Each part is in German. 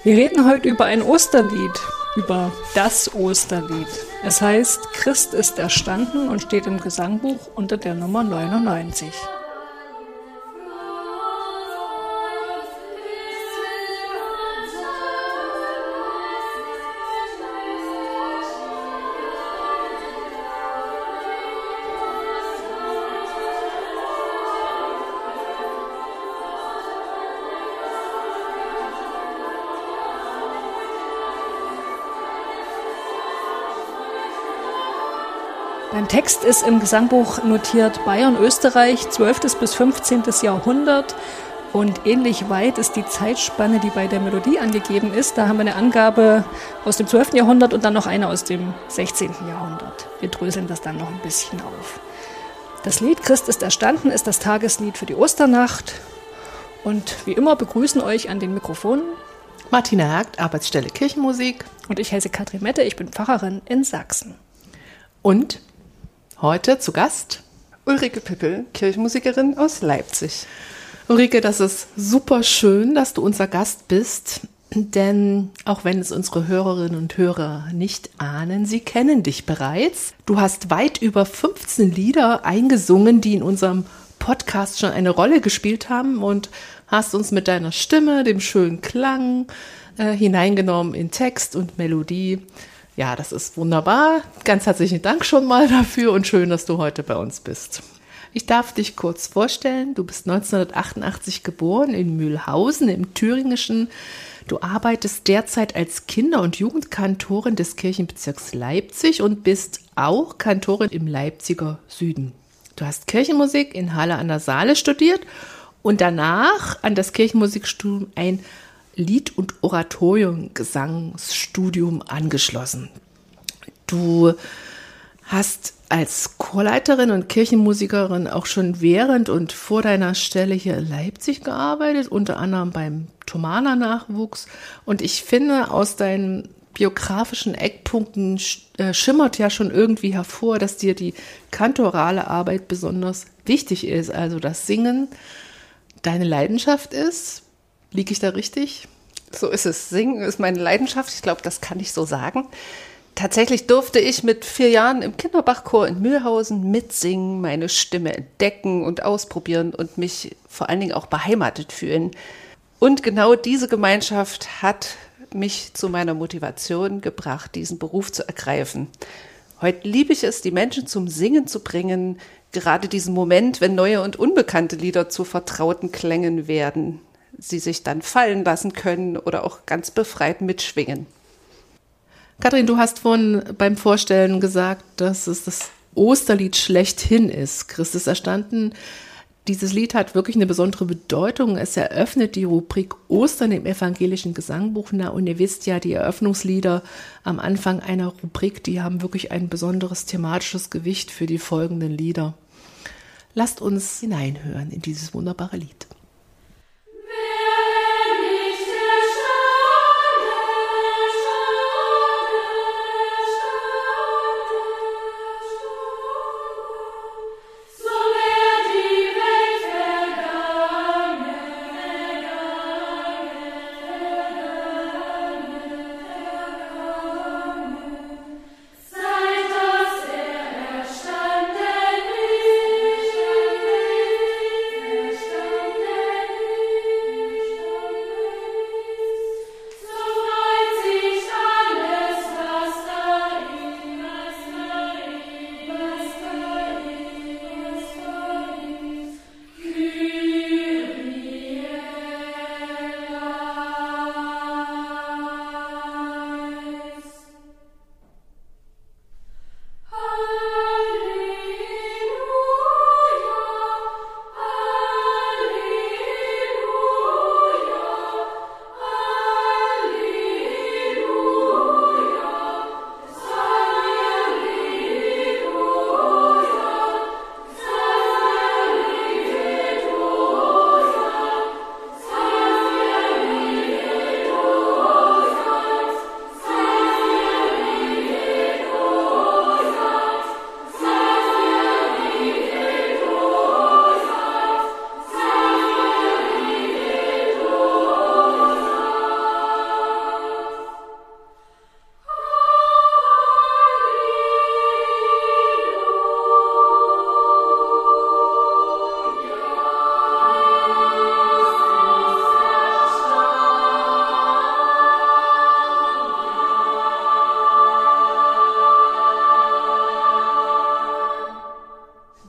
Wir reden heute über ein Osterlied, über das Osterlied. Es heißt, Christ ist erstanden und steht im Gesangbuch unter der Nummer 99. Beim Text ist im Gesangbuch notiert Bayern, Österreich, 12. bis 15. Jahrhundert. Und ähnlich weit ist die Zeitspanne, die bei der Melodie angegeben ist. Da haben wir eine Angabe aus dem 12. Jahrhundert und dann noch eine aus dem 16. Jahrhundert. Wir dröseln das dann noch ein bisschen auf. Das Lied Christ ist erstanden ist das Tageslied für die Osternacht. Und wie immer begrüßen euch an den Mikrofonen Martina Hagt, Arbeitsstelle Kirchenmusik. Und ich heiße Katrin Mette, ich bin Pfarrerin in Sachsen. Und heute zu Gast Ulrike Pippel, Kirchenmusikerin aus Leipzig. Ulrike, das ist super schön, dass du unser Gast bist, denn auch wenn es unsere Hörerinnen und Hörer nicht ahnen, sie kennen dich bereits. Du hast weit über 15 Lieder eingesungen, die in unserem Podcast schon eine Rolle gespielt haben und hast uns mit deiner Stimme, dem schönen Klang hineingenommen in Text und Melodie. Ja, das ist wunderbar. Ganz herzlichen Dank schon mal dafür und schön, dass du heute bei uns bist. Ich darf dich kurz vorstellen. Du bist 1988 geboren in Mühlhausen im Thüringischen. Du arbeitest derzeit als Kinder- und Jugendkantorin des Kirchenbezirks Leipzig und bist auch Kantorin im Leipziger Süden. Du hast Kirchenmusik in Halle an der Saale studiert und danach an das Kirchenmusikstudium ein Lied- und Oratorium-Gesangsstudium angeschlossen. Du hast als Chorleiterin und Kirchenmusikerin auch schon während und vor deiner Stelle hier in Leipzig gearbeitet, unter anderem beim Thomaner Nachwuchs. Und ich finde, aus deinen biografischen Eckpunkten schimmert ja schon irgendwie hervor, dass dir die kantorale Arbeit besonders wichtig ist. Also das Singen deine Leidenschaft ist. Liege ich da richtig? So ist es. Singen ist meine Leidenschaft. Ich glaube, das kann ich so sagen. Tatsächlich durfte ich mit 4 Jahren im Kinderbachchor in Mühlhausen mitsingen, meine Stimme entdecken und ausprobieren und mich vor allen Dingen auch beheimatet fühlen. Und genau diese Gemeinschaft hat mich zu meiner Motivation gebracht, diesen Beruf zu ergreifen. Heute liebe ich es, die Menschen zum Singen zu bringen, gerade diesen Moment, wenn neue und unbekannte Lieder zu vertrauten Klängen werden, sie sich dann fallen lassen können oder auch ganz befreit mitschwingen. Katrin, du hast vorhin beim Vorstellen gesagt, dass es das Osterlied schlechthin ist. Christ ist erstanden. Dieses Lied hat wirklich eine besondere Bedeutung. Es eröffnet die Rubrik Ostern im evangelischen Gesangbuch. Na, und ihr wisst ja, die Eröffnungslieder am Anfang einer Rubrik, die haben wirklich ein besonderes thematisches Gewicht für die folgenden Lieder. Lasst uns hineinhören in dieses wunderbare Lied. Erstanden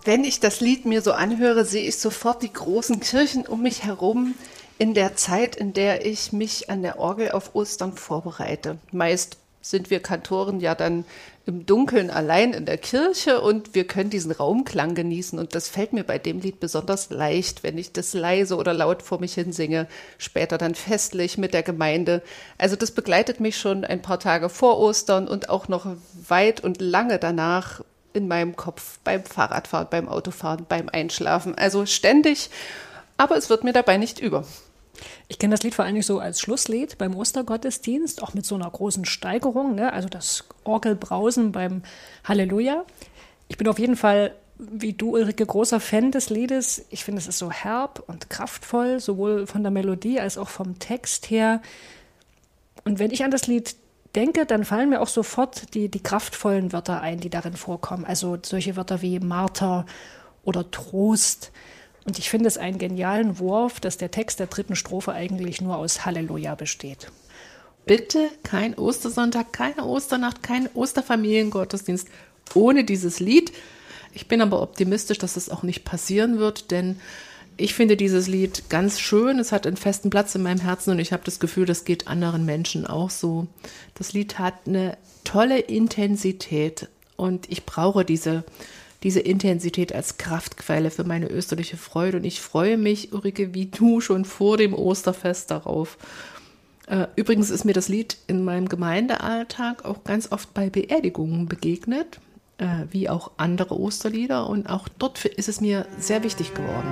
Wenn ich das Lied mir so anhöre, sehe ich sofort die großen Kirchen um mich herum in der Zeit, in der ich mich an der Orgel auf Ostern vorbereite. Meist sind wir Kantoren ja dann im Dunkeln allein in der Kirche und wir können diesen Raumklang genießen. Und das fällt mir bei dem Lied besonders leicht, wenn ich das leise oder laut vor mich hin singe, später dann festlich mit der Gemeinde. Also das begleitet mich schon ein paar Tage vor Ostern und auch noch weit und lange danach in meinem Kopf, beim Fahrradfahren, beim Autofahren, beim Einschlafen. Also ständig, aber es wird mir dabei nicht über. Ich kenne das Lied vor allem so als Schlusslied beim Ostergottesdienst, auch mit so einer großen Steigerung, ne? Also das Orgelbrausen beim Halleluja. Ich bin auf jeden Fall, wie du, Ulrike, großer Fan des Liedes. Ich finde, es ist so herb und kraftvoll, sowohl von der Melodie als auch vom Text her. Und wenn ich an das Lied denke, dann fallen mir auch sofort die kraftvollen Wörter ein, die darin vorkommen. Also solche Wörter wie Marter oder Trost. Und ich finde es einen genialen Wurf, dass der Text der 3. Strophe eigentlich nur aus Halleluja besteht. Bitte kein Ostersonntag, keine Osternacht, kein Osterfamiliengottesdienst ohne dieses Lied. Ich bin aber optimistisch, dass es auch nicht passieren wird, denn ich finde dieses Lied ganz schön. Es hat einen festen Platz in meinem Herzen und ich habe das Gefühl, das geht anderen Menschen auch so. Das Lied hat eine tolle Intensität und ich brauche diese Intensität als Kraftquelle für meine österliche Freude. Und ich freue mich, Ulrike, wie du schon vor dem Osterfest darauf. Übrigens ist mir das Lied in meinem Gemeindealltag auch ganz oft bei Beerdigungen begegnet, wie auch andere Osterlieder. Und auch dort ist es mir sehr wichtig geworden.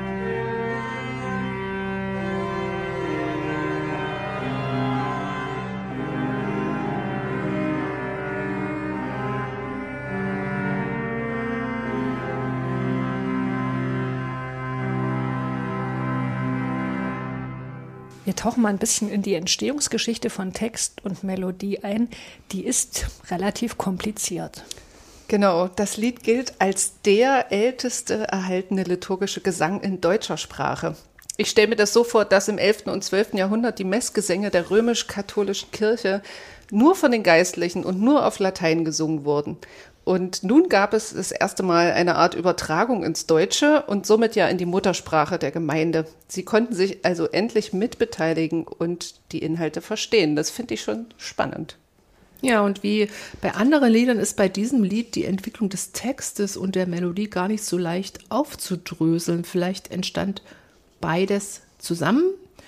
Wir tauchen mal ein bisschen in die Entstehungsgeschichte von Text und Melodie ein. Die ist relativ kompliziert. Genau, das Lied gilt als der älteste erhaltene liturgische Gesang in deutscher Sprache. Ich stelle mir das so vor, dass im 11. und 12. Jahrhundert die Messgesänge der römisch-katholischen Kirche nur von den Geistlichen und nur auf Latein gesungen wurden. Und nun gab es das erste Mal eine Art Übertragung ins Deutsche und somit ja in die Muttersprache der Gemeinde. Sie konnten sich also endlich mitbeteiligen und die Inhalte verstehen. Das finde ich schon spannend. Ja, und wie bei anderen Liedern ist bei diesem Lied die Entwicklung des Textes und der Melodie gar nicht so leicht aufzudröseln. Vielleicht entstand beides zusammen.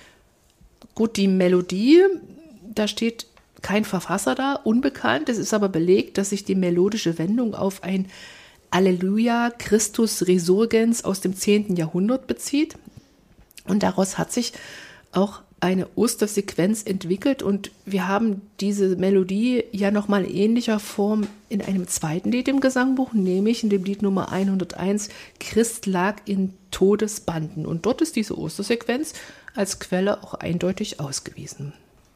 Gut, die Melodie, da steht kein Verfasser da, unbekannt. Es ist aber belegt, dass sich die melodische Wendung auf ein Alleluia Christus Resurgens aus dem 10. Jahrhundert bezieht. Und daraus hat sich auch eine Ostersequenz entwickelt und wir haben diese Melodie ja nochmal in ähnlicher Form in einem zweiten Lied im Gesangbuch, nämlich in dem Lied Nummer 101, Christ lag in Todesbanden. Und dort ist diese Ostersequenz als Quelle auch eindeutig ausgewiesen.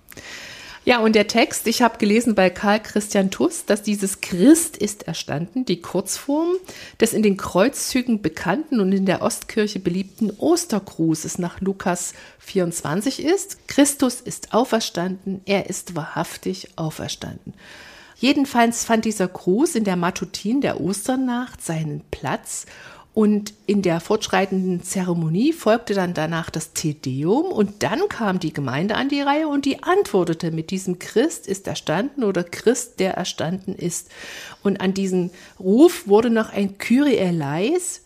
Ja, und der Text, ich habe gelesen bei Karl Christian Tuss, dass dieses Christ ist erstanden, die Kurzform des in den Kreuzzügen bekannten und in der Ostkirche beliebten Ostergrußes nach Lukas 24 ist. Christus ist auferstanden, er ist wahrhaftig auferstanden. Jedenfalls fand dieser Gruß in der Matutin der Osternacht seinen Platz. Und in der fortschreitenden Zeremonie folgte dann danach das Te Deum und dann kam die Gemeinde an die Reihe und die antwortete mit diesem Christ ist erstanden oder Christ, der erstanden ist. Und an diesen Ruf wurde noch ein Kyrieleis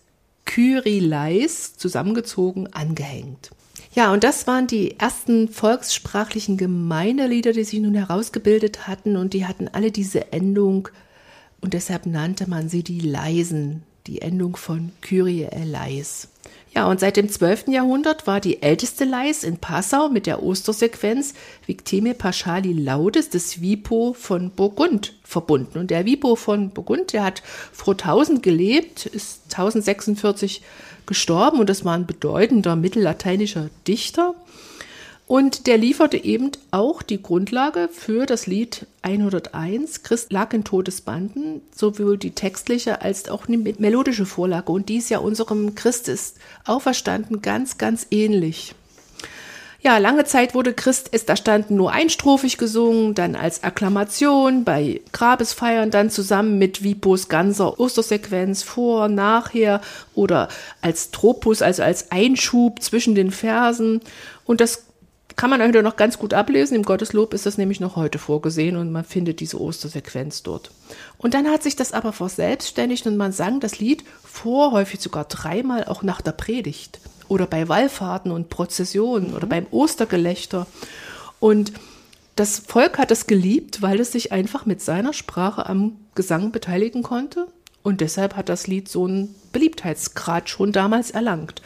zusammengezogen angehängt. Ja, und das waren die ersten volkssprachlichen Gemeindelieder, die sich nun herausgebildet hatten und die hatten alle diese Endung und deshalb nannte man sie die Leisen. Die Endung von Kyrie eleis. Ja, und seit dem 12. Jahrhundert war die älteste Leis in Passau mit der Ostersequenz Victime Paschali Laudes des Wipo von Burgund verbunden. Und der Wipo von Burgund, der hat vor 1000 gelebt, ist 1046 gestorben und das war ein bedeutender mittellateinischer Dichter. Und der lieferte eben auch die Grundlage für das Lied 101, Christ lag in Todesbanden, sowohl die textliche als auch die melodische Vorlage. Und die ist ja unserem Christ ist auferstanden ganz, ganz ähnlich. Ja, lange Zeit wurde Christ ist erstanden nur einstrophig gesungen, dann als Akklamation bei Grabesfeiern, dann zusammen mit Wipos ganzer Ostersequenz vor, nachher oder als Tropus, also als Einschub zwischen den Versen. Und das kann man heute noch ganz gut ablesen. Im Gotteslob ist das nämlich noch heute vorgesehen und man findet diese Ostersequenz dort. Und dann hat sich das aber verselbstständigt und man sang das Lied häufig sogar 3-mal auch nach der Predigt. Oder bei Wallfahrten und Prozessionen oder beim Ostergelächter. Und das Volk hat es geliebt, weil es sich einfach mit seiner Sprache am Gesang beteiligen konnte. Und deshalb hat das Lied so einen Beliebtheitsgrad schon damals erlangt.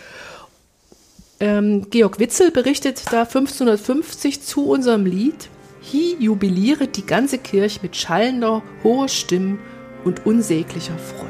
Georg Witzel berichtet da 1550 zu unserem Lied: Hi jubiliert die ganze Kirche mit schallender, hoher Stimme und unsäglicher Freude.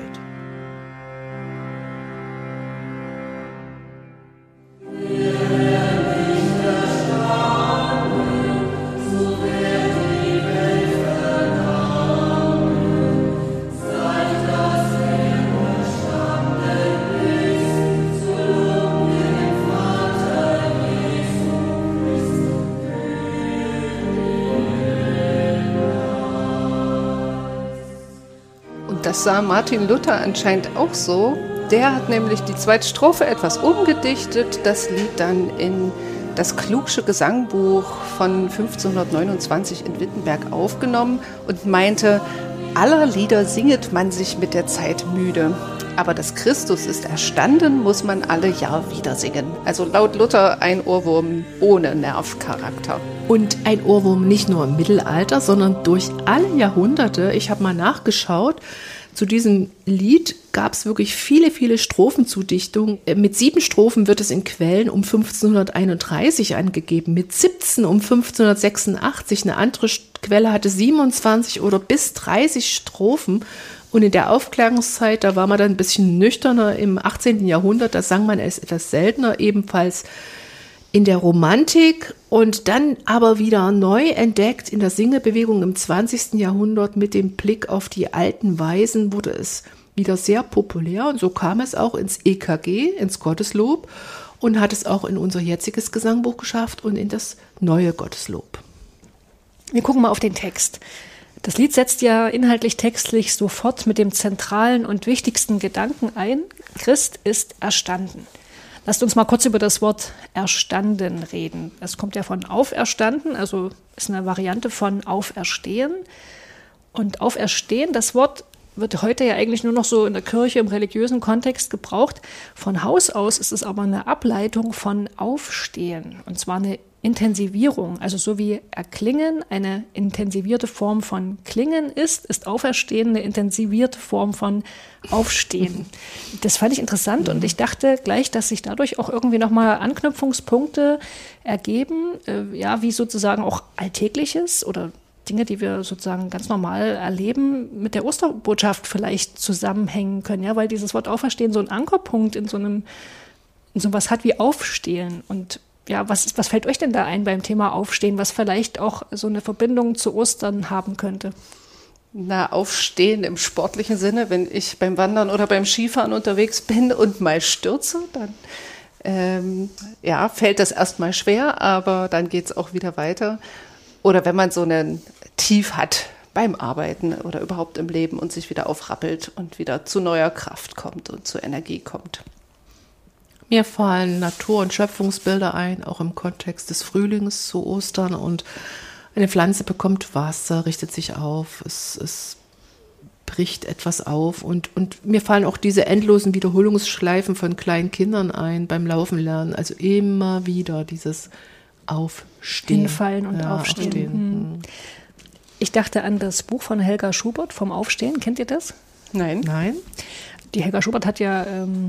Das sah Martin Luther anscheinend auch so. Der hat nämlich die zweite Strophe etwas umgedichtet, das Lied dann in das Klugsche Gesangbuch von 1529 in Wittenberg aufgenommen und meinte, aller Lieder singet man sich mit der Zeit müde. Aber dass Christus ist erstanden, muss man alle Jahr wieder singen. Also laut Luther ein Ohrwurm ohne Nervcharakter. Und ein Ohrwurm nicht nur im Mittelalter, sondern durch alle Jahrhunderte. Ich habe mal nachgeschaut. Zu diesem Lied gab es wirklich viele, viele Strophenzudichtungen. Mit 7 Strophen wird es in Quellen um 1531 angegeben, mit 17 um 1586. Eine andere Quelle hatte 27 oder bis 30 Strophen. Und in der Aufklärungszeit, da war man dann ein bisschen nüchterner. Im 18. Jahrhundert, da sang man es etwas seltener, ebenfalls in der Romantik und dann aber wieder neu entdeckt in der Singebewegung im 20. Jahrhundert mit dem Blick auf die alten Weisen wurde es wieder sehr populär und so kam es auch ins EKG, ins Gotteslob und hat es auch in unser jetziges Gesangbuch geschafft und in das neue Gotteslob. Wir gucken mal auf den Text. Das Lied setzt ja inhaltlich textlich sofort mit dem zentralen und wichtigsten Gedanken ein: Christ ist erstanden. Lasst uns mal kurz über das Wort erstanden reden. Es kommt ja von auferstanden, also ist eine Variante von auferstehen. Und auferstehen, das Wort wird heute ja eigentlich nur noch so in der Kirche im religiösen Kontext gebraucht. Von Haus aus ist es aber eine Ableitung von aufstehen, und zwar eine Intensivierung, also so wie erklingen eine intensivierte Form von klingen ist auferstehen eine intensivierte Form von aufstehen. Das fand ich interessant und ich dachte gleich, dass sich dadurch auch irgendwie nochmal Anknüpfungspunkte ergeben, ja, wie sozusagen auch Alltägliches oder Dinge, die wir sozusagen ganz normal erleben, mit der Osterbotschaft vielleicht zusammenhängen können, ja, weil dieses Wort auferstehen so einen Ankerpunkt in so was hat wie aufstehen. Und ja, was fällt euch denn da ein beim Thema Aufstehen, was vielleicht auch so eine Verbindung zu Ostern haben könnte? Na, Aufstehen im sportlichen Sinne, wenn ich beim Wandern oder beim Skifahren unterwegs bin und mal stürze, dann fällt das erstmal schwer, aber dann geht es auch wieder weiter. Oder wenn man so einen Tief hat beim Arbeiten oder überhaupt im Leben und sich wieder aufrappelt und wieder zu neuer Kraft kommt und zu Energie kommt. Mir fallen Natur- und Schöpfungsbilder ein, auch im Kontext des Frühlings zu Ostern. Und eine Pflanze bekommt Wasser, richtet sich auf, es bricht etwas auf. Und mir fallen auch diese endlosen Wiederholungsschleifen von kleinen Kindern ein beim Laufen lernen. Also immer wieder dieses Aufstehen. Hinfallen und Aufstehen. Ich dachte an das Buch von Helga Schubert vom Aufstehen. Kennt ihr das? Nein. Die Helga Schubert hat ja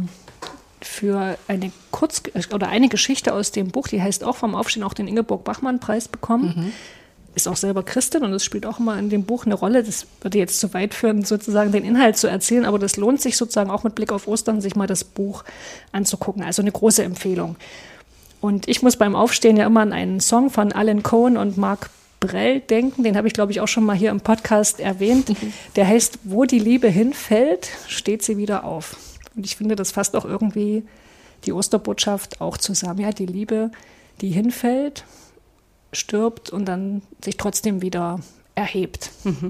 für eine Geschichte aus dem Buch, die heißt auch vom Aufstehen, auch den Ingeborg-Bachmann-Preis bekommen. Ist auch selber Christin und es spielt auch immer in dem Buch eine Rolle. Das würde jetzt zu weit führen, sozusagen den Inhalt zu erzählen, aber das lohnt sich sozusagen auch mit Blick auf Ostern, sich mal das Buch anzugucken. Also eine große Empfehlung. Und ich muss beim Aufstehen ja immer an einen Song von Alan Cohen und Marc Brel denken. Den habe ich, glaube ich, auch schon mal hier im Podcast erwähnt. Der heißt, wo die Liebe hinfällt, steht sie wieder auf. Und ich finde, das fasst auch irgendwie die Osterbotschaft auch zusammen. Ja, die Liebe, die hinfällt, stirbt und dann sich trotzdem wieder erhebt.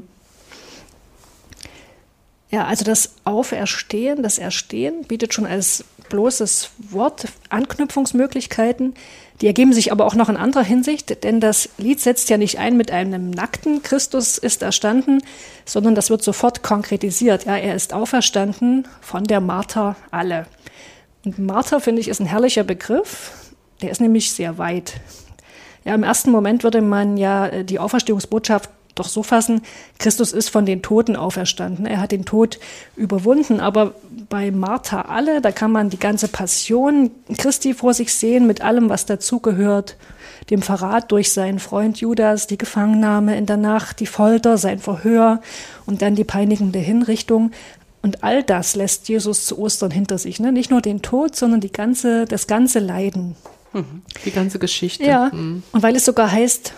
Ja, also das Auferstehen, das Erstehen bietet schon als bloßes Wort Anknüpfungsmöglichkeiten. Die ergeben sich aber auch noch in anderer Hinsicht, denn das Lied setzt ja nicht ein mit einem nackten Christus ist erstanden, sondern das wird sofort konkretisiert. Ja, er ist auferstanden von der Martha alle. Und Martha, finde ich, ist ein herrlicher Begriff. Der ist nämlich sehr weit. Ja, im ersten Moment würde man ja die Auferstehungsbotschaft doch so fassen, Christus ist von den Toten auferstanden. Er hat den Tod überwunden. Aber bei Martha alle, da kann man die ganze Passion Christi vor sich sehen, mit allem, was dazugehört. Dem Verrat durch seinen Freund Judas, die Gefangennahme in der Nacht, die Folter, sein Verhör und dann die peinigende Hinrichtung. Und all das lässt Jesus zu Ostern hinter sich. Ne? Nicht nur den Tod, sondern das ganze Leiden. Die ganze Geschichte. Ja, und weil es sogar heißt,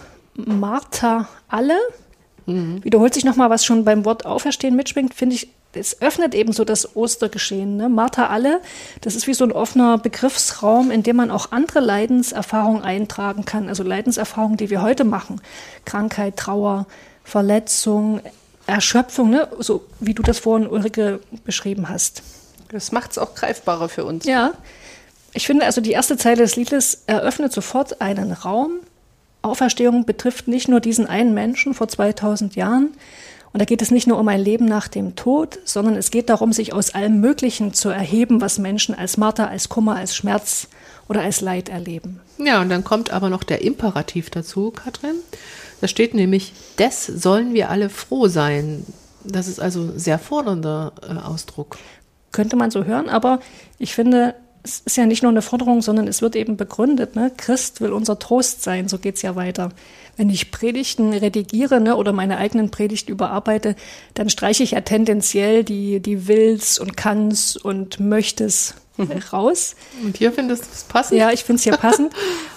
Martha alle, wiederholt sich nochmal, was schon beim Wort Auferstehen mitschwingt, finde ich, es öffnet eben so das Ostergeschehen. Ne? Martha alle, das ist wie so ein offener Begriffsraum, in dem man auch andere Leidenserfahrungen eintragen kann. Also Leidenserfahrungen, die wir heute machen. Krankheit, Trauer, Verletzung, Erschöpfung, ne? So wie du das vorhin, Ulrike, beschrieben hast. Das macht es auch greifbarer für uns. Ja, ich finde also die erste Zeile des Liedes eröffnet sofort einen Raum. Auferstehung betrifft nicht nur diesen einen Menschen vor 2000 Jahren. Und da geht es nicht nur um ein Leben nach dem Tod, sondern es geht darum, sich aus allem Möglichen zu erheben, was Menschen als Marter, als Kummer, als Schmerz oder als Leid erleben. Ja, und dann kommt aber noch der Imperativ dazu, Katrin. Da steht nämlich, des sollen wir alle froh sein. Das ist also ein sehr fordernder Ausdruck. Könnte man so hören, aber ich finde, es ist ja nicht nur eine Forderung, sondern es wird eben begründet. Ne? Christ will unser Trost sein, so geht es ja weiter. Wenn ich Predigten redigiere, ne, oder meine eigenen Predigten überarbeite, dann streiche ich ja tendenziell die Wills und Kanns und Möchtes raus. Und hier findest du es passend? Ja, ich finde es hier passend,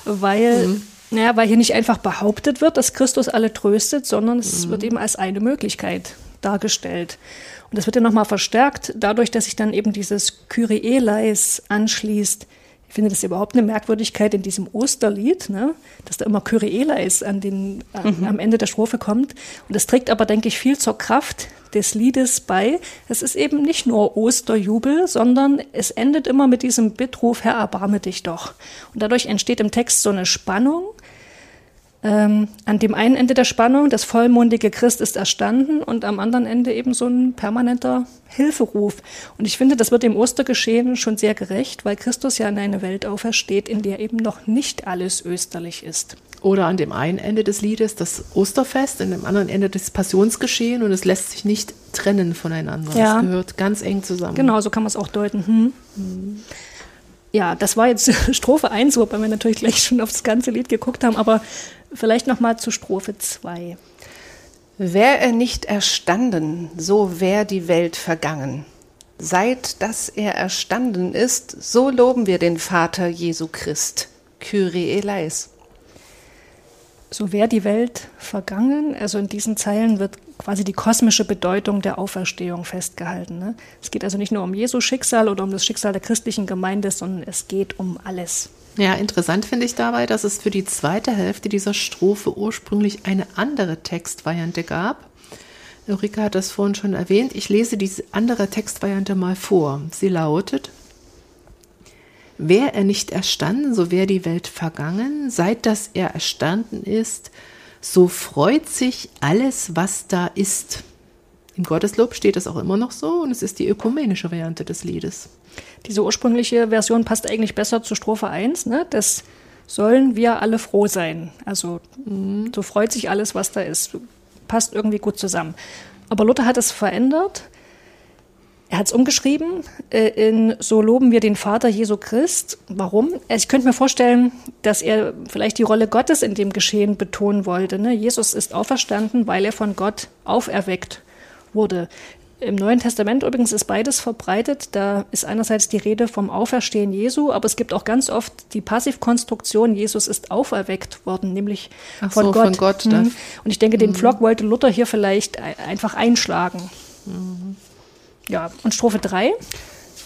weil hier nicht einfach behauptet wird, dass Christus alle tröstet, sondern es wird eben als eine Möglichkeit dargestellt. Und das wird ja nochmal verstärkt dadurch, dass sich dann eben dieses Kyrie eleis anschließt. Ich finde das überhaupt eine Merkwürdigkeit in diesem Osterlied, ne? Dass da immer Kyrie eleis am Ende der Strophe kommt. Und das trägt aber, denke ich, viel zur Kraft des Liedes bei. Es ist eben nicht nur Osterjubel, sondern es endet immer mit diesem Bittruf, Herr, erbarme dich doch. Und dadurch entsteht im Text so eine Spannung. An dem einen Ende der Spannung, das vollmondige Christ ist erstanden, und am anderen Ende eben so ein permanenter Hilferuf. Und ich finde, das wird dem Ostergeschehen schon sehr gerecht, weil Christus ja in eine Welt aufersteht, in der eben noch nicht alles österlich ist. Oder an dem einen Ende des Liedes das Osterfest, an dem anderen Ende das Passionsgeschehen, und es lässt sich nicht trennen voneinander. Ja. Das gehört ganz eng zusammen. Genau, so kann man es auch deuten. Ja, das war jetzt Strophe 1, wobei wir natürlich gleich schon auf das ganze Lied geguckt haben, aber vielleicht noch mal zu Strophe 2. Wär er nicht erstanden, so wär die Welt vergangen. Seit dass er erstanden ist, so loben wir den Vater Jesu Christ. Kyrie eleis. So wär die Welt vergangen. Also in diesen Zeilen wird quasi die kosmische Bedeutung der Auferstehung festgehalten. Ne? Es geht also nicht nur um Jesu Schicksal oder um das Schicksal der christlichen Gemeinde, sondern es geht um alles. Ja, interessant finde ich dabei, dass es für die zweite Hälfte dieser Strophe ursprünglich eine andere Textvariante gab. Ulrike hat das vorhin schon erwähnt. Ich lese diese andere Textvariante mal vor. Sie lautet: Wär er nicht erstanden, so wär die Welt vergangen. Seit dass er erstanden ist, so freut sich alles, was da ist. Im Gotteslob steht das auch immer noch so, und es ist die ökumenische Variante des Liedes. Diese ursprüngliche Version passt eigentlich besser zu Strophe 1. Ne? Das sollen wir alle froh sein. Also so freut sich alles, was da ist. Passt irgendwie gut zusammen. Aber Luther hat es verändert. Er hat es umgeschrieben in So loben wir den Vater Jesu Christ. Warum? Ich könnte mir vorstellen, dass er vielleicht die Rolle Gottes in dem Geschehen betonen wollte. Ne? Jesus ist auferstanden, weil er von Gott auferweckt wurde. Im Neuen Testament übrigens ist beides verbreitet. Da ist einerseits die Rede vom Auferstehen Jesu, aber es gibt auch ganz oft die Passivkonstruktion, Jesus ist auferweckt worden, nämlich von Gott. Von Gott. Und ich denke, den Pflock wollte Luther hier vielleicht einfach einschlagen. Ja, und Strophe 3?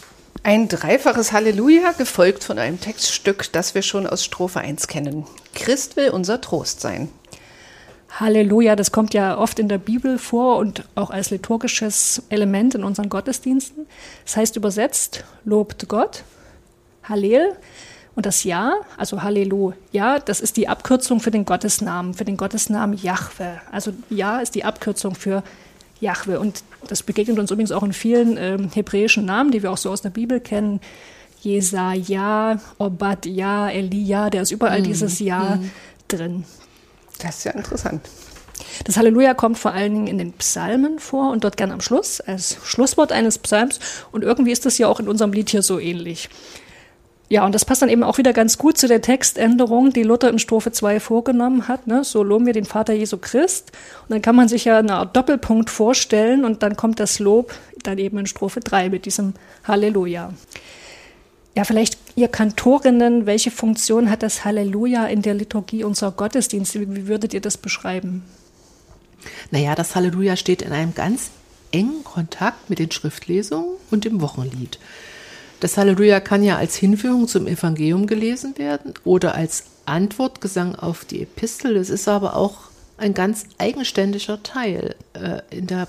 Ein dreifaches Halleluja, gefolgt von einem Textstück, das wir schon aus Strophe 1 kennen. Christ will unser Trost sein. Halleluja, das kommt ja oft in der Bibel vor und auch als liturgisches Element in unseren Gottesdiensten. Das heißt übersetzt, lobt Gott, Hallel. Und das Ja, also Halleluja, das ist die Abkürzung für den Gottesnamen Jahwe. Also Ja ist die Abkürzung für Jahwe. Und das begegnet uns übrigens auch in vielen hebräischen Namen, die wir auch so aus der Bibel kennen. Jesaja, Obadja, Elia, da ist überall dieses Ja drin. Das ist ja interessant. Das Halleluja kommt vor allen Dingen in den Psalmen vor und dort gern am Schluss, als Schlusswort eines Psalms. Und irgendwie ist das ja auch in unserem Lied hier so ähnlich. Ja, und das passt dann eben auch wieder ganz gut zu der Textänderung, die Luther in Strophe 2 vorgenommen hat. Ne? So loben wir den Vater Jesu Christ. Und dann kann man sich ja eine Art Doppelpunkt vorstellen und dann kommt das Lob dann eben in Strophe 3 mit diesem Halleluja. Ja, vielleicht ihr Kantorinnen, welche Funktion hat das Halleluja in der Liturgie unserer Gottesdienste? Wie würdet ihr das beschreiben? Naja, das Halleluja steht in einem ganz engen Kontakt mit den Schriftlesungen und dem Wochenlied. Das Halleluja kann ja als Hinführung zum Evangelium gelesen werden oder als Antwortgesang auf die Epistel. Es ist aber auch ein ganz eigenständiger Teil. In der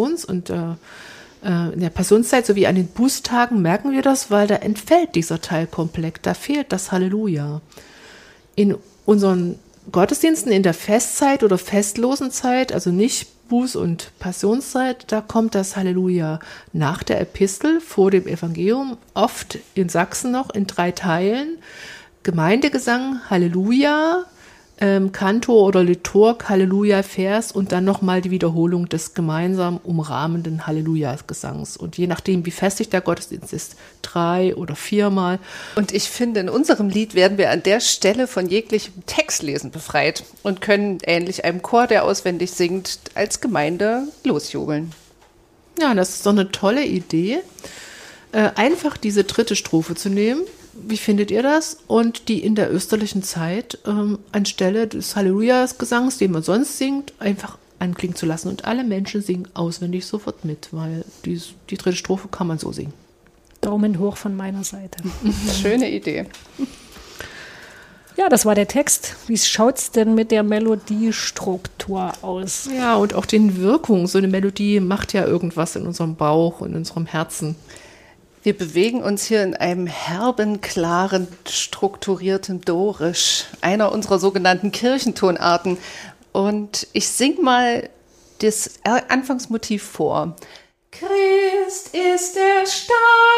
in der Passionszeit sowie an den Bußtagen merken wir das, weil da entfällt dieser Teil komplett. Da fehlt das Halleluja. In unseren Gottesdiensten in der Festzeit oder festlosen Zeit, also nicht Buß- und Passionszeit, da kommt das Halleluja nach der Epistel vor dem Evangelium, oft in Sachsen noch in 3 Teilen. Gemeindegesang, Halleluja, Kantor oder Liturg, Halleluja-Vers und dann nochmal die Wiederholung des gemeinsam umrahmenden Halleluja-Gesangs. Und je nachdem, wie festig der Gottesdienst ist, 3 oder 4 Mal. Und ich finde, in unserem Lied werden wir an der Stelle von jeglichem Textlesen befreit und können ähnlich einem Chor, der auswendig singt, als Gemeinde losjubeln. Ja, das ist doch eine tolle Idee, einfach diese 3. Strophe zu nehmen. Wie findet ihr das? Und die in der österlichen Zeit anstelle des Halleluja-Gesangs, den man sonst singt, einfach anklingen zu lassen. Und alle Menschen singen auswendig sofort mit, weil die 3. Strophe kann man so singen. Daumen hoch von meiner Seite. Schöne Idee. Ja, das war der Text. Wie schaut es denn mit der Melodiestruktur aus? Ja, und auch den Wirkungen. So eine Melodie macht ja irgendwas in unserem Bauch und in unserem Herzen. Wir bewegen uns hier in einem herben, klaren, strukturierten Dorisch, einer unserer sogenannten Kirchentonarten. Und ich sing mal das Anfangsmotiv vor. Christ ist erstanden.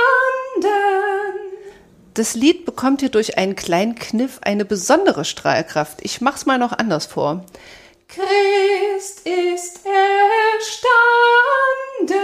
Das Lied bekommt hier durch einen kleinen Kniff eine besondere Strahlkraft. Ich mach's mal noch anders vor. Christ ist erstanden.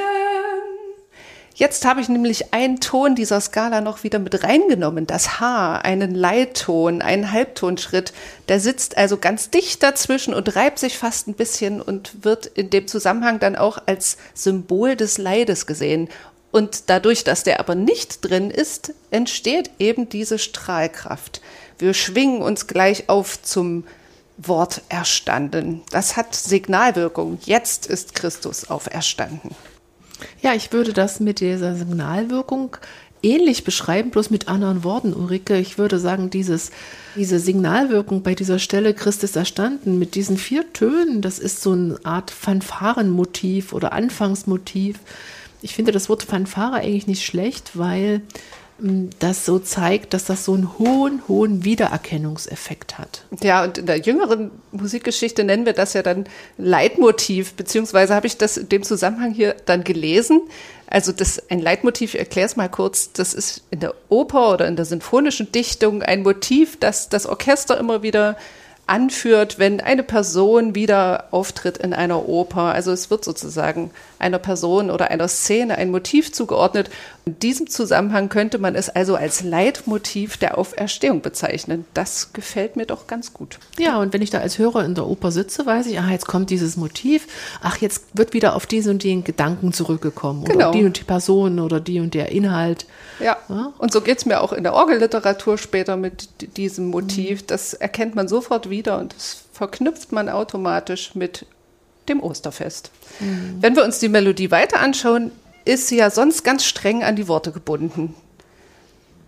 Jetzt habe ich nämlich einen Ton dieser Skala noch wieder mit reingenommen, das H, einen Leitton, einen Halbtonschritt. Der sitzt also ganz dicht dazwischen und reibt sich fast ein bisschen und wird in dem Zusammenhang dann auch als Symbol des Leides gesehen. Und dadurch, dass der aber nicht drin ist, entsteht eben diese Strahlkraft. Wir schwingen uns gleich auf zum Wort erstanden. Das hat Signalwirkung. Jetzt ist Christus auferstanden. Ja, ich würde das mit dieser Signalwirkung ähnlich beschreiben, bloß mit anderen Worten, Ulrike. Ich würde sagen, diese Signalwirkung bei dieser Stelle, Christ ist erstanden, mit diesen 4 Tönen, das ist so eine Art Fanfarenmotiv oder Anfangsmotiv. Ich finde das Wort Fanfare eigentlich nicht schlecht, weil das so zeigt, dass das so einen hohen Wiedererkennungseffekt hat. Ja, und in der jüngeren Musikgeschichte nennen wir das ja dann Leitmotiv, beziehungsweise habe ich das in dem Zusammenhang hier dann gelesen. Also ein Leitmotiv, ich erkläre es mal kurz, das ist in der Oper oder in der sinfonischen Dichtung ein Motiv, das das Orchester immer wieder anführt, wenn eine Person wieder auftritt in einer Oper. Also es wird sozusagen einer Person oder einer Szene ein Motiv zugeordnet. In diesem Zusammenhang könnte man es also als Leitmotiv der Auferstehung bezeichnen. Das gefällt mir doch ganz gut. Ja, und wenn ich da als Hörer in der Oper sitze, weiß ich, jetzt kommt dieses Motiv, jetzt wird wieder auf diesen und den Gedanken zurückgekommen. Oder genau. auf die und die Person oder die und der Inhalt. Ja, und so geht es mir auch in der Orgelliteratur später mit diesem Motiv. Das erkennt man sofort wieder und das verknüpft man automatisch mit dem Osterfest. Wenn wir uns die Melodie weiter anschauen, ist sie ja sonst ganz streng an die Worte gebunden.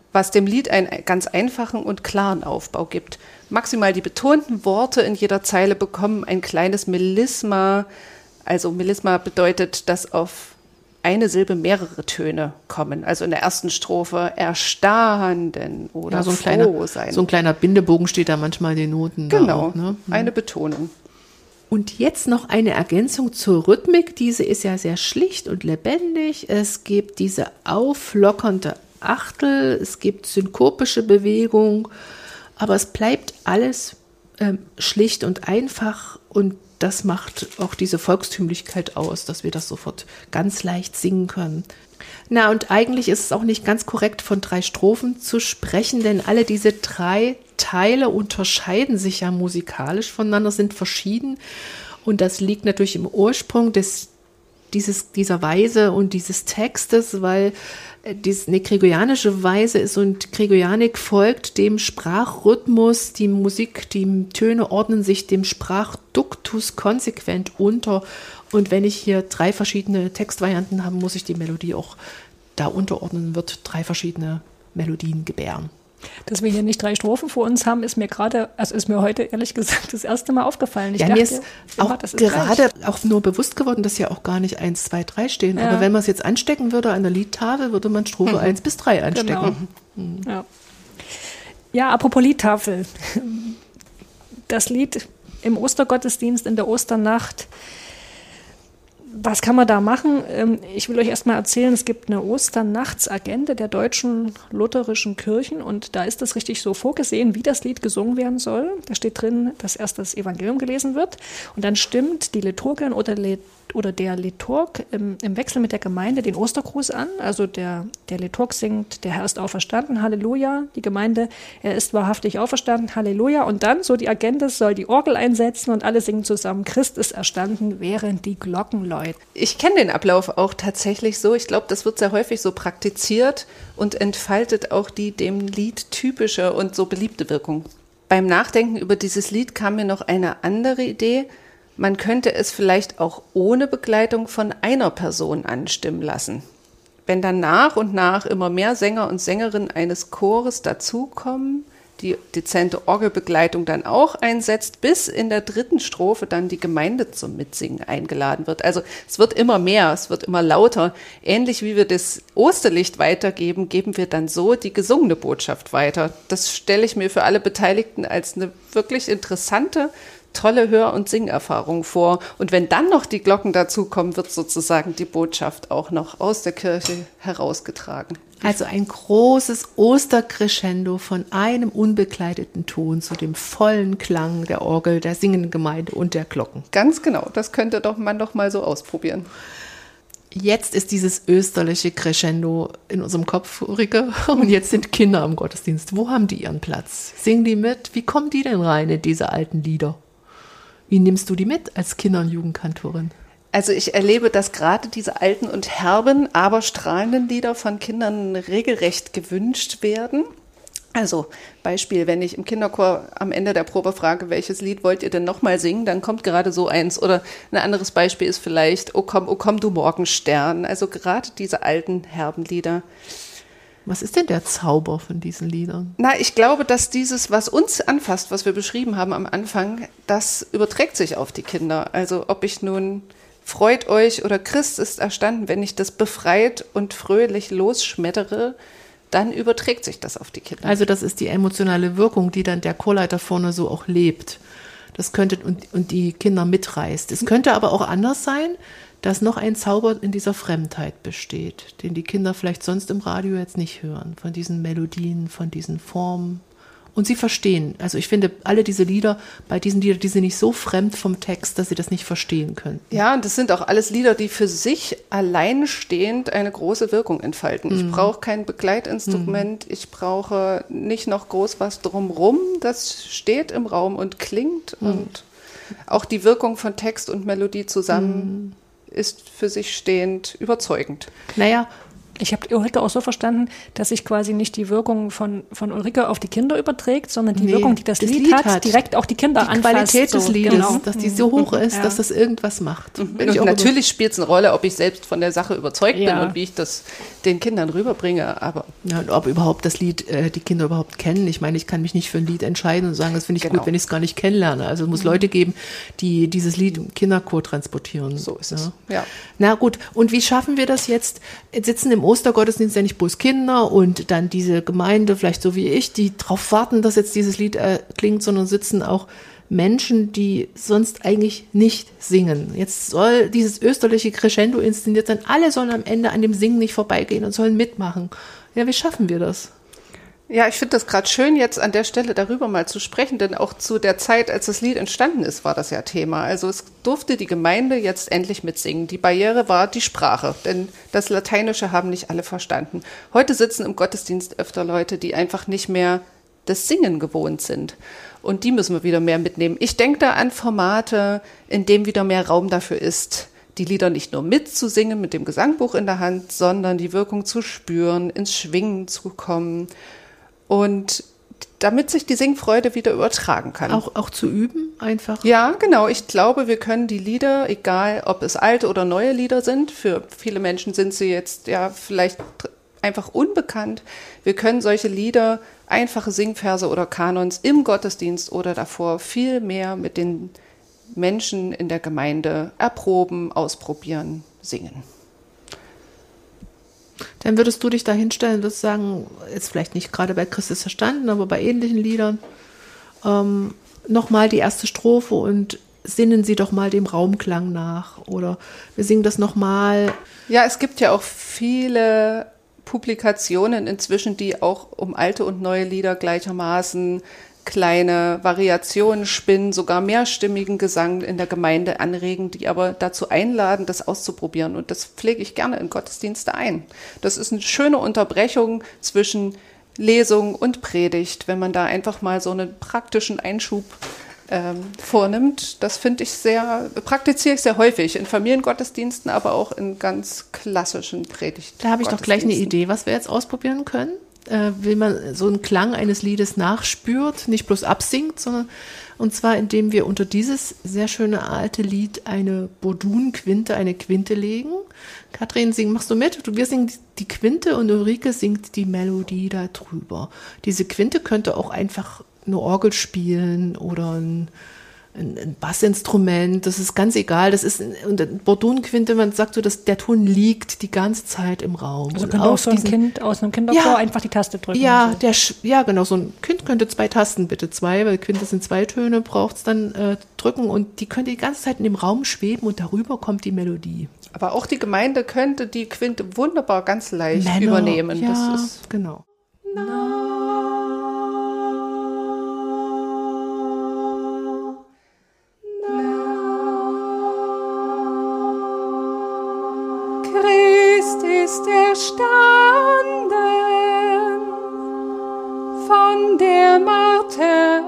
was dem Lied einen ganz einfachen und klaren Aufbau gibt. Maximal die betonten Worte in jeder Zeile bekommen ein kleines Melisma. Also Melisma bedeutet, dass auf eine Silbe mehrere Töne kommen. Also in der ersten Strophe erstanden oder ja, froh sein. So ein kleiner Bindebogen steht da manchmal in den Noten. Genau, auch, ne? eine Betonung. Und jetzt noch eine Ergänzung zur Rhythmik. Diese ist ja sehr schlicht und lebendig. Es gibt diese auflockernde Achtel, es gibt synkopische Bewegung, aber es bleibt alles schlicht und einfach und das macht auch diese Volkstümlichkeit aus, dass wir das sofort ganz leicht singen können. Na, und eigentlich ist es auch nicht ganz korrekt, von 3 Strophen zu sprechen, denn alle diese 3 Teile unterscheiden sich ja musikalisch voneinander, sind verschieden. Und das liegt natürlich im Ursprung dieser Weise und dieses Textes, weil eine gregorianische Weise ist und Gregorianik folgt dem Sprachrhythmus, die Musik, die Töne ordnen sich dem Sprachduktus konsequent unter und wenn ich hier 3 verschiedene Textvarianten habe, muss ich die Melodie auch da unterordnen, wird 3 verschiedene Melodien gebären. Dass wir hier nicht 3 Strophen vor uns haben, ist mir heute ehrlich gesagt das erste Mal aufgefallen. Ich ja, dachte, mir ist auch gerade auch nur bewusst geworden, dass ja auch gar nicht 1, 2, 3 stehen. Ja. Aber wenn man es jetzt anstecken würde an der Liedtafel, würde man Strophe 1 bis 3 anstecken. Genau. Ja, apropos Liedtafel. Das Lied im Ostergottesdienst in der Osternacht. Was kann man da machen? Ich will euch erstmal erzählen, es gibt eine Osternachtsagenda der deutschen lutherischen Kirchen und da ist das richtig so vorgesehen, wie das Lied gesungen werden soll. Da steht drin, dass erst das Evangelium gelesen wird und dann stimmt die Liturgin oder der Liturg im Wechsel mit der Gemeinde den Ostergruß an. Also der Liturg singt, der Herr ist auferstanden, Halleluja. Die Gemeinde, er ist wahrhaftig auferstanden, Halleluja. Und dann, so die Agenda, soll die Orgel einsetzen und alle singen zusammen, Christ ist erstanden, während die Glocken läuten. Ich kenne den Ablauf auch tatsächlich so. Ich glaube, das wird sehr häufig so praktiziert und entfaltet auch die dem Lied typische und so beliebte Wirkung. Beim Nachdenken über dieses Lied kam mir noch eine andere Idee. Man könnte es vielleicht auch ohne Begleitung von einer Person anstimmen lassen. Wenn dann nach und nach immer mehr Sänger und Sängerinnen eines Chores dazukommen, die dezente Orgelbegleitung dann auch einsetzt, bis in der 3. Strophe dann die Gemeinde zum Mitsingen eingeladen wird. Also es wird immer mehr, es wird immer lauter. Ähnlich wie wir das Osterlicht weitergeben, geben wir dann so die gesungene Botschaft weiter. Das stelle ich mir für alle Beteiligten als eine wirklich interessante, tolle Hör- und Singerfahrung vor. Und wenn dann noch die Glocken dazukommen, wird sozusagen die Botschaft auch noch aus der Kirche herausgetragen. Also ein großes Ostercrescendo von einem unbegleiteten Ton zu dem vollen Klang der Orgel, der singenden Gemeinde und der Glocken. Ganz genau, das könnte man doch mal so ausprobieren. Jetzt ist dieses österliche Crescendo in unserem Kopf, Ulrike, und jetzt sind Kinder am Gottesdienst. Wo haben die ihren Platz? Singen die mit? Wie kommen die denn rein in diese alten Lieder? Wie nimmst du die mit als Kinder- und Jugendkantorin? Also ich erlebe, dass gerade diese alten und herben, aber strahlenden Lieder von Kindern regelrecht gewünscht werden. Also Beispiel, wenn ich im Kinderchor am Ende der Probe frage, welches Lied wollt ihr denn nochmal singen, dann kommt gerade so eins. Oder ein anderes Beispiel ist vielleicht, oh komm, du Morgenstern. Also gerade diese alten, herben Lieder. Was ist denn der Zauber von diesen Liedern? Na, ich glaube, dass dieses, was uns anfasst, was wir beschrieben haben am Anfang, das überträgt sich auf die Kinder. Also ob ich nun freut euch oder Christ ist erstanden, wenn ich das befreit und fröhlich losschmettere, dann überträgt sich das auf die Kinder. Also das ist die emotionale Wirkung, die dann der Chorleiter vorne so auch lebt. Das könnte und die Kinder mitreißt. Es könnte aber auch anders sein, dass noch ein Zauber in dieser Fremdheit besteht, den die Kinder vielleicht sonst im Radio jetzt nicht hören, von diesen Melodien, von diesen Formen. Und sie verstehen. Also ich finde, alle diese Lieder, bei diesen Liedern, die sind nicht so fremd vom Text, dass sie das nicht verstehen können. Ja, und das sind auch alles Lieder, die für sich alleinstehend eine große Wirkung entfalten. Ich brauche kein Begleitinstrument, ich brauche nicht noch groß was drumrum. Das steht im Raum und klingt. Und auch die Wirkung von Text und Melodie zusammen ist für sich stehend überzeugend. Naja, Ich habe Ulrike auch so verstanden, dass sich quasi nicht die Wirkung von Ulrike auf die Kinder überträgt, sondern die Wirkung, die das Lied hat, direkt auch die Kinder anfasst. Die Qualität des Liedes, dass die so hoch ist, dass das irgendwas macht. Und natürlich spielt es eine Rolle, ob ich selbst von der Sache überzeugt bin und wie ich das den Kindern rüberbringe. Aber und ob überhaupt das Lied die Kinder überhaupt kennen. Ich meine, ich kann mich nicht für ein Lied entscheiden und sagen, das finde ich gut, wenn ich es gar nicht kennenlerne. Also es muss Leute geben, die dieses Lied im Kinderchor transportieren. So ist es. Ja. Na gut, und wie schaffen wir das jetzt? Jetzt sitzen im Ostergottesdienst ja nicht bloß Kinder und dann diese Gemeinde, vielleicht so wie ich, die darauf warten, dass jetzt dieses Lied klingt, sondern sitzen auch Menschen, die sonst eigentlich nicht singen. Jetzt soll dieses österliche Crescendo inszeniert sein. Alle sollen am Ende an dem Singen nicht vorbeigehen und sollen mitmachen. Ja, wie schaffen wir das? Ja, ich finde das gerade schön, jetzt an der Stelle darüber mal zu sprechen, denn auch zu der Zeit, als das Lied entstanden ist, war das ja Thema. Also es durfte die Gemeinde jetzt endlich mitsingen. Die Barriere war die Sprache, denn das Lateinische haben nicht alle verstanden. Heute sitzen im Gottesdienst öfter Leute, die einfach nicht mehr das Singen gewohnt sind. Und die müssen wir wieder mehr mitnehmen. Ich denke da an Formate, in denen wieder mehr Raum dafür ist, die Lieder nicht nur mitzusingen mit dem Gesangbuch in der Hand, sondern die Wirkung zu spüren, ins Schwingen zu kommen. Und damit sich die Singfreude wieder übertragen kann. Auch zu üben einfach? Ja, genau. Ich glaube, wir können die Lieder, egal ob es alte oder neue Lieder sind, für viele Menschen sind sie jetzt ja vielleicht einfach unbekannt. Wir können solche Lieder, einfache Singverse oder Kanons im Gottesdienst oder davor viel mehr mit den Menschen in der Gemeinde erproben, ausprobieren, singen. Dann würdest du dich da hinstellen und würdest sagen, jetzt vielleicht nicht gerade bei Christus verstanden, aber bei ähnlichen Liedern, nochmal die erste Strophe und sinnen sie doch mal dem Raumklang nach. Oder wir singen das nochmal. Ja, es gibt ja auch viele Publikationen inzwischen, die auch um alte und neue Lieder gleichermaßen kleine Variationen spinnen, sogar mehrstimmigen Gesang in der Gemeinde anregen, die aber dazu einladen, das auszuprobieren. Und das pflege ich gerne in Gottesdienste ein. Das ist eine schöne Unterbrechung zwischen Lesung und Predigt, wenn man da einfach mal so einen praktischen Einschub vornimmt. Das praktiziere ich sehr häufig in Familiengottesdiensten, aber auch in ganz klassischen Predigtgottesdiensten. Da habe ich doch gleich eine Idee, was wir jetzt ausprobieren können. Wie man so einen Klang eines Liedes nachspürt, nicht bloß absingt, sondern und zwar indem wir unter dieses sehr schöne alte Lied eine Bordun-Quinte, eine Quinte legen. Katrin, machst du mit? Wir singen die Quinte und Ulrike singt die Melodie da drüber. Diese Quinte könnte auch einfach eine Orgel spielen oder ein Bassinstrument, das ist ganz egal. Das ist und Bordun-Quinte, man sagt so, dass der Ton liegt die ganze Zeit im Raum. Also könnte auch so ein Kind aus einem Kinderchor einfach die Taste drücken. Ja, genau, so ein Kind könnte 2 Tasten, bitte 2, weil Quinte sind 2 Töne, braucht es dann drücken und die könnte die ganze Zeit in dem Raum schweben und darüber kommt die Melodie. Aber auch die Gemeinde könnte die Quinte wunderbar ganz leicht übernehmen. Ja, das ist genau. Christ ist erstanden von der Marter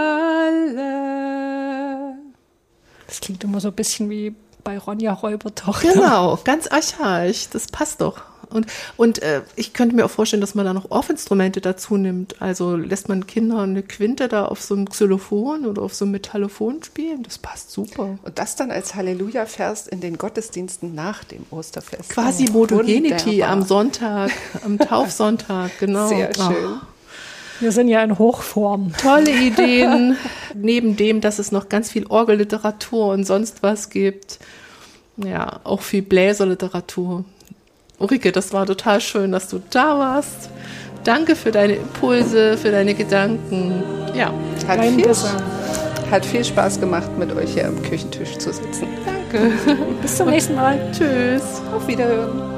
alle. Das klingt immer so ein bisschen wie bei Ronja Räubertochter. Genau, ganz archaisch, das passt doch. Und ich könnte mir auch vorstellen, dass man da noch Off-Instrumente dazu nimmt. Also lässt man Kinder eine Quinte da auf so einem Xylophon oder auf so einem Metallophon spielen. Das passt super. Und das dann als Halleluja-Vers in den Gottesdiensten nach dem Osterfest. Quasi Modogenity am Sonntag, am Taufsonntag, genau. Sehr schön. Wir sind ja in Hochform. Tolle Ideen. Neben dem, dass es noch ganz viel Orgelliteratur und sonst was gibt. Ja, auch viel Bläserliteratur. Ulrike, das war total schön, dass du da warst. Danke für deine Impulse, für deine Gedanken. Ja, hat viel Spaß gemacht, mit euch hier am Küchentisch zu sitzen. Danke. Bis zum nächsten Mal. Tschüss. Auf Wiederhören.